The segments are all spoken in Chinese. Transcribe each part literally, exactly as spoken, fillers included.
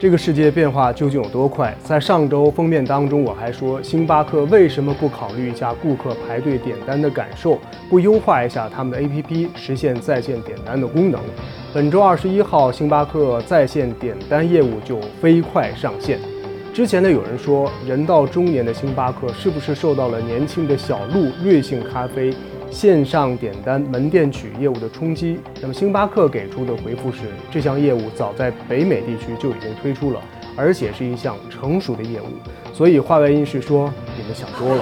这个世界变化究竟有多快？在上周封面当中，我还说星巴克为什么不考虑一下顾客排队点单的感受，不优化一下他们的 A P P， 实现在线点单的功能？本周二十一号，星巴克在线点单业务就飞快上线。之前呢，有人说人到中年的星巴克是不是受到了年轻的小鹿瑞幸咖啡线上点单门店取业务的冲击？那么星巴克给出的回复是，这项业务早在北美地区就已经推出了，而且是一项成熟的业务。所以话外音是说，你们想多了。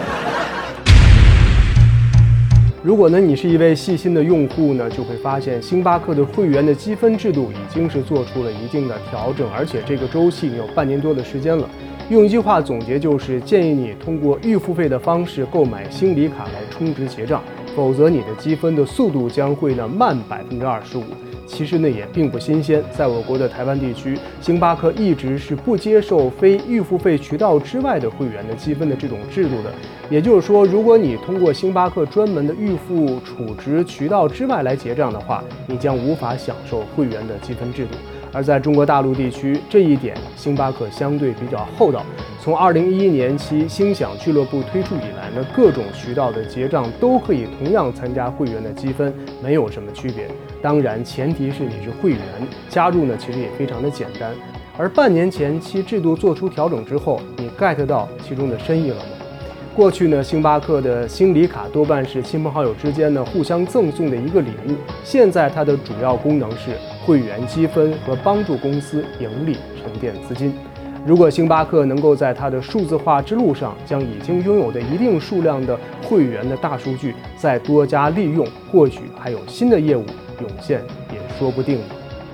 如果呢你是一位细心的用户呢，就会发现星巴克的会员的积分制度已经是做出了一定的调整，而且这个周期已经有半年多的时间了。用一句话总结就是，建议你通过预付费的方式购买星礼卡来充值结账，否则你的积分的速度将会呢慢百分之二十五。其实呢也并不新鲜，在我国的台湾地区，星巴克一直是不接受非预付费渠道之外的会员的积分的这种制度的。也就是说，如果你通过星巴克专门的预付储值渠道之外来结账的话，你将无法享受会员的积分制度。而在中国大陆地区，这一点星巴克相对比较厚道。从二零一一年起星享俱乐部推出以来呢，各种渠道的结账都可以同样参加会员的积分，没有什么区别。当然，前提是你是会员，加入呢其实也非常的简单。而半年前期制度做出调整之后，你 get 到其中的深意了吗？过去呢，星巴克的星礼卡多半是亲朋好友之间呢互相赠送的一个礼物。现在它的主要功能是会员积分和帮助公司盈利沉淀资金。如果星巴克能够在它的数字化之路上，将已经拥有的一定数量的会员的大数据再多加利用，或许还有新的业务涌现也说不定。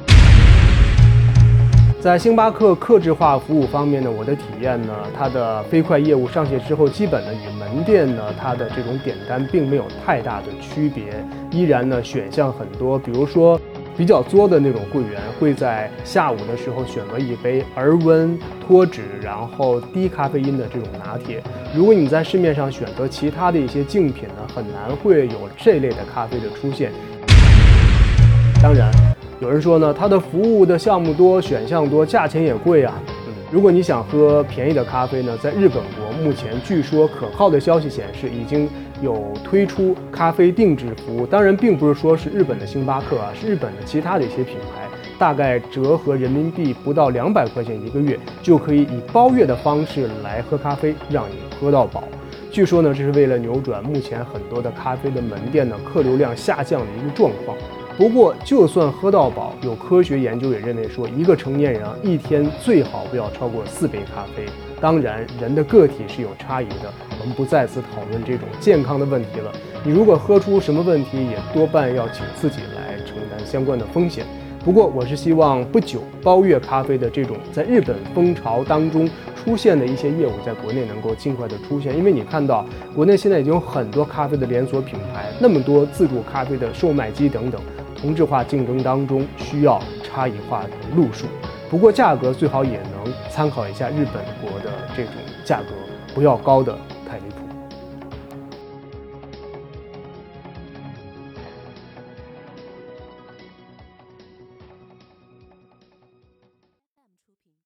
在星巴克客制化服务方面呢，我的体验呢，它的飞快业务上线之后，基本呢与门店呢它的这种点单并没有太大的区别，依然呢选项很多，比如说比较作的那种会员会在下午的时候选择一杯儿温脱脂然后低咖啡因的这种拿铁。如果你在市面上选择其他的一些竞品呢，很难会有这类的咖啡的出现。当然有人说呢，它的服务的项目多，选项多，价钱也贵啊。嗯，如果你想喝便宜的咖啡呢，在日本国目前据说可靠的消息显示，已经有推出咖啡定制服务。当然，并不是说是日本的星巴克啊，是日本的其他的一些品牌，大概折合人民币不到两百块钱一个月，就可以以包月的方式来喝咖啡，让你喝到饱。据说呢，这是为了扭转目前很多的咖啡的门店呢客流量下降的一个状况。不过，就算喝到饱，有科学研究也认为说，一个成年人啊，一天最好不要超过四杯咖啡。当然，人的个体是有差异的，我们不在此讨论这种健康的问题了。你如果喝出什么问题，也多半要请自己来承担相关的风险。不过，我是希望不久包月咖啡的这种在日本风潮当中出现的一些业务，在国内能够尽快的出现。因为你看到国内现在已经有很多咖啡的连锁品牌，那么多自助咖啡的售卖机等等。同质化竞争当中需要差异化的路数，不过价格最好也能参考一下日本国的这种价格，不要高的太离谱。